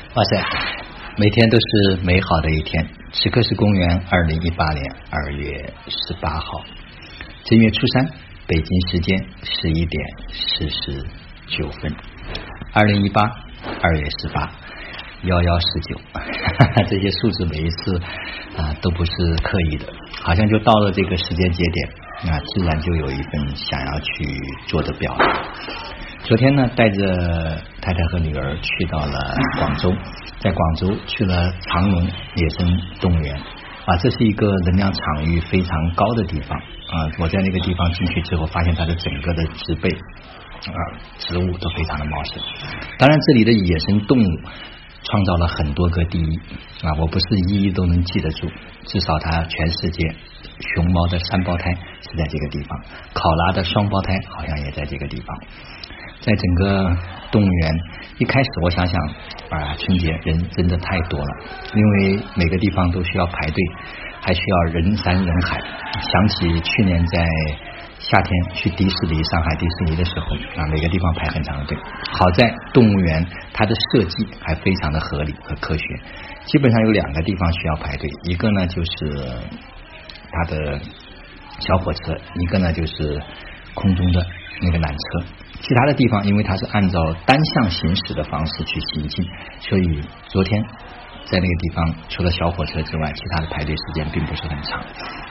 哇塞，每天都是美好的一天。此刻是公元2018年2月18号，正月初三，北京时间11点49分。2018 2月18 1119，这些数字每一次都不是刻意的，好像就到了这个时间节点自然就有一份想要去做的表达。昨天呢，带着太太和女儿去到了广州，在广州去了长隆野生动物园这是一个能量场域非常高的地方我在那个地方进去之后，发现它的整个的植被植物都非常的茂盛。当然，这里的野生动物创造了很多个第一我不是一一都能记得住，至少它全世界熊猫的3胞胎是在这个地方，考拉的双胞胎好像也在这个地方。在整个动物园一开始我想春节人真的太多了，因为每个地方都需要排队，还需要人山人海。想起去年在夏天去迪士尼，上海迪士尼的时候每个地方排很长的队。好在动物园它的设计还非常的合理和科学，基本上有2个地方需要排队，一个呢就是它的小火车，一个呢就是空中的那个缆车。其他的地方因为它是按照单向行驶的方式去行进，所以昨天在那个地方除了小火车之外，其他的排队时间并不是很长。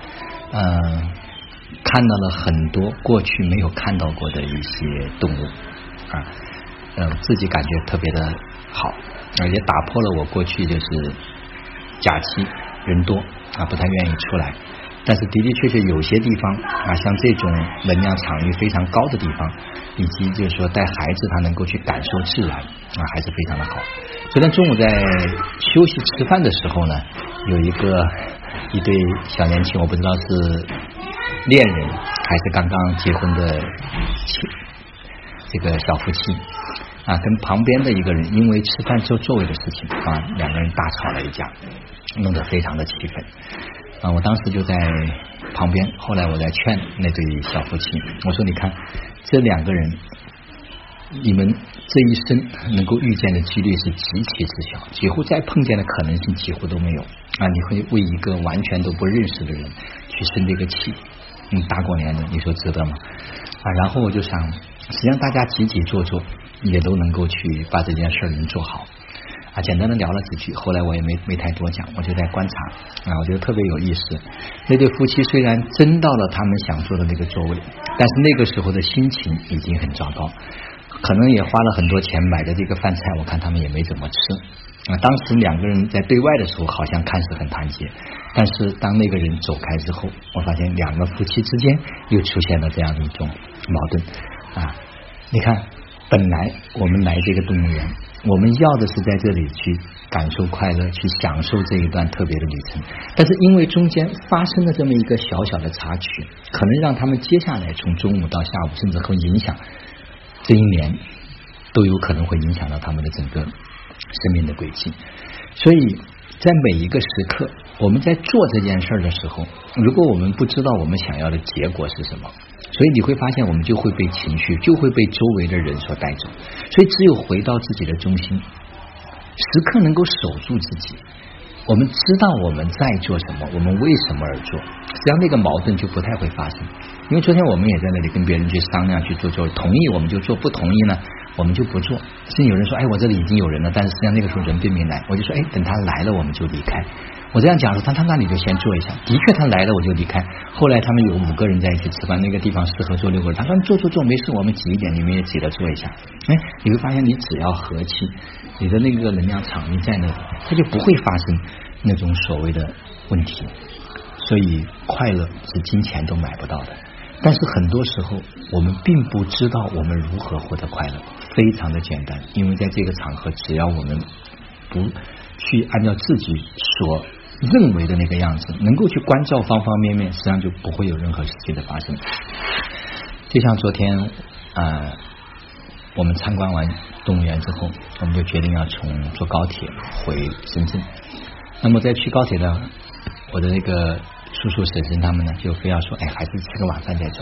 看到了很多过去没有看到过的一些动物自己感觉特别的好也打破了我过去就是假期人多不太愿意出来。但是的的确确有些地方像这种能量场域非常高的地方，以及就是说带孩子他能够去感受自然还是非常的好。昨天中午在休息吃饭的时候呢，有一对小年轻，我不知道是恋人还是刚刚结婚的这个小夫妻跟旁边的一个人因为吃饭就座位的事情2个人大吵了一架，弄得非常的气愤我当时就在旁边，后来我在劝那对小夫妻，我说你看这2个人，你们这一生能够遇见的几率是极其之小，几乎再碰见的可能性几乎都没有你会为一个完全都不认识的人去生这个气，大过年的你说值得吗然后我就想，实际上大家挤挤坐坐也都能够去把这件事能做好简单的聊了几句，后来我也没太多讲，我就在观察我觉得特别有意思。那对夫妻虽然争到了他们想坐的那个座位，但是那个时候的心情已经很糟糕，可能也花了很多钱买的这个饭菜，我看他们也没怎么吃当时2个人在对外的时候好像看似很团结，但是当那个人走开之后，我发现2个夫妻之间又出现了这样的一种矛盾你看，本来我们来这个动物园，我们要的是在这里去感受快乐，去享受这一段特别的旅程，但是因为中间发生了这么一个小小的插曲，可能让他们接下来从中午到下午，甚至会影响这一年，都有可能会影响到他们的整个生命的轨迹。所以在每一个时刻，我们在做这件事的时候，如果我们不知道我们想要的结果是什么，所以你会发现我们就会被情绪，就会被周围的人所带走。所以只有回到自己的中心，时刻能够守住自己，我们知道我们在做什么，我们为什么而做，实际上那个矛盾就不太会发生。因为昨天我们也在那里跟别人去商量去做，同意我们就做，不同意呢我们就不做。甚至有人说我这里已经有人了，但是实际上那个时候人并没来，我就说等他来了我们就离开。我这样讲说他那你就先坐一下，的确他来了我就离开。后来他们有5个人在一起吃饭，那个地方适合坐6个人，他说坐没事，我们挤一点，你们也挤着坐一下。你会发现你只要和气，你的那个能量场域在那里，它就不会发生那种所谓的问题。所以快乐是金钱都买不到的，但是很多时候我们并不知道我们如何获得快乐，非常的简单，因为在这个场合只要我们不去按照自己所认为的那个样子，能够去关照方方面面，实际上就不会有任何事情的发生。就像昨天我们参观完动物园之后，我们就决定要坐高铁回深圳。那么在去高铁的我的那个叔叔婶婶他们呢，就非要说孩子吃个晚饭再走。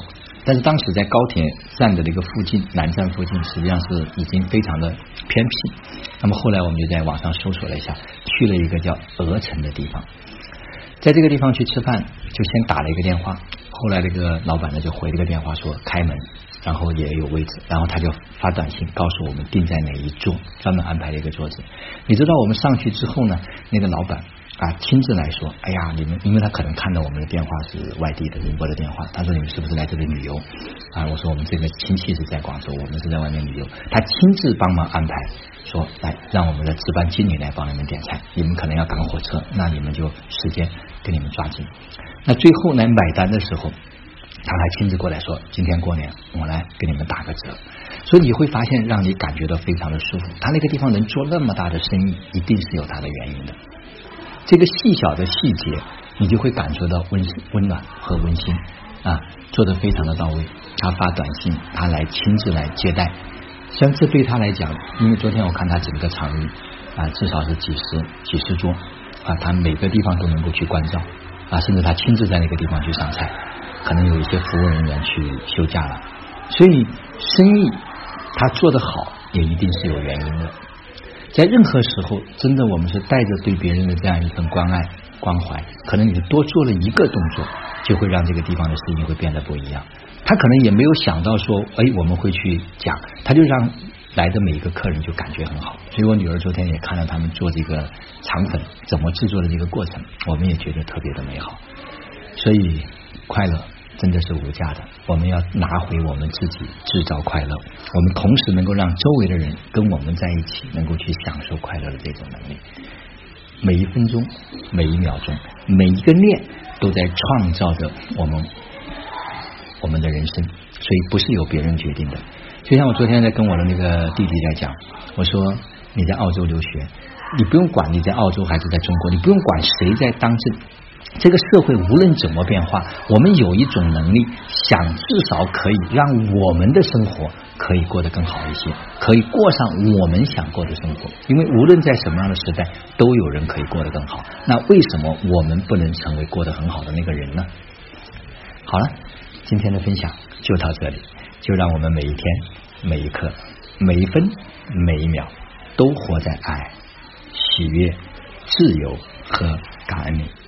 但是当时在高铁站的这个附近，南站附近，实际上是已经非常的偏僻。那么后来我们就在网上搜索了一下，去了一个叫鹅城的地方，在这个地方去吃饭，就先打了一个电话，后来这个老板呢就回了个电话说开门，然后也有位置，然后他就发短信告诉我们定在哪一桌，专门安排了一个桌子。你知道我们上去之后呢，那个老板亲自来说，哎呀，你们，因为他可能看到我们的电话是外地的宁波的电话，他说你们是不是来这里旅游我说我们这个亲戚是在广州，我们是在外面旅游。他亲自帮忙安排，说来让我们的值班经理来帮你们点菜，你们可能要赶火车，那你们就时间给你们抓紧。那最后来买单的时候，他还亲自过来说，今天过年我来给你们打个折。所以你会发现让你感觉到非常的舒服，他那个地方能做那么大的生意，一定是有他的原因的。这个细小的细节，你就会感受到温暖和温馨做得非常的到位。他发短信，他来亲自来接待，像这对他来讲，因为昨天我看他整个场域至少是几十桌他每个地方都能够去关照甚至他亲自在那个地方去上菜，可能有一些服务人员去休假了。所以生意他做得好，也一定是有原因的。在任何时候，真的我们是带着对别人的这样一份关爱关怀，可能你多做了一个动作，就会让这个地方的生意会变得不一样。他可能也没有想到说我们会去讲，他就让来的每一个客人就感觉很好。所以我女儿昨天也看到他们做这个肠粉怎么制作的这个过程，我们也觉得特别的美好。所以快乐真的是无价的，我们要拿回我们自己制造快乐，我们同时能够让周围的人跟我们在一起，能够去享受快乐的这种能力。每一分钟，每一秒钟，每一个念都在创造着我们的人生，所以不是由别人决定的。就像我昨天在跟我的那个弟弟在讲，我说你在澳洲留学，你不用管你在澳洲还是在中国，你不用管谁在当政，这个社会无论怎么变化，我们有一种能力，想至少可以让我们的生活可以过得更好一些，可以过上我们想过的生活。因为无论在什么样的时代，都有人可以过得更好，那为什么我们不能成为过得很好的那个人呢？好了，今天的分享就到这里，就让我们每一天每一刻每一分每一秒都活在爱、喜悦、自由和感恩里。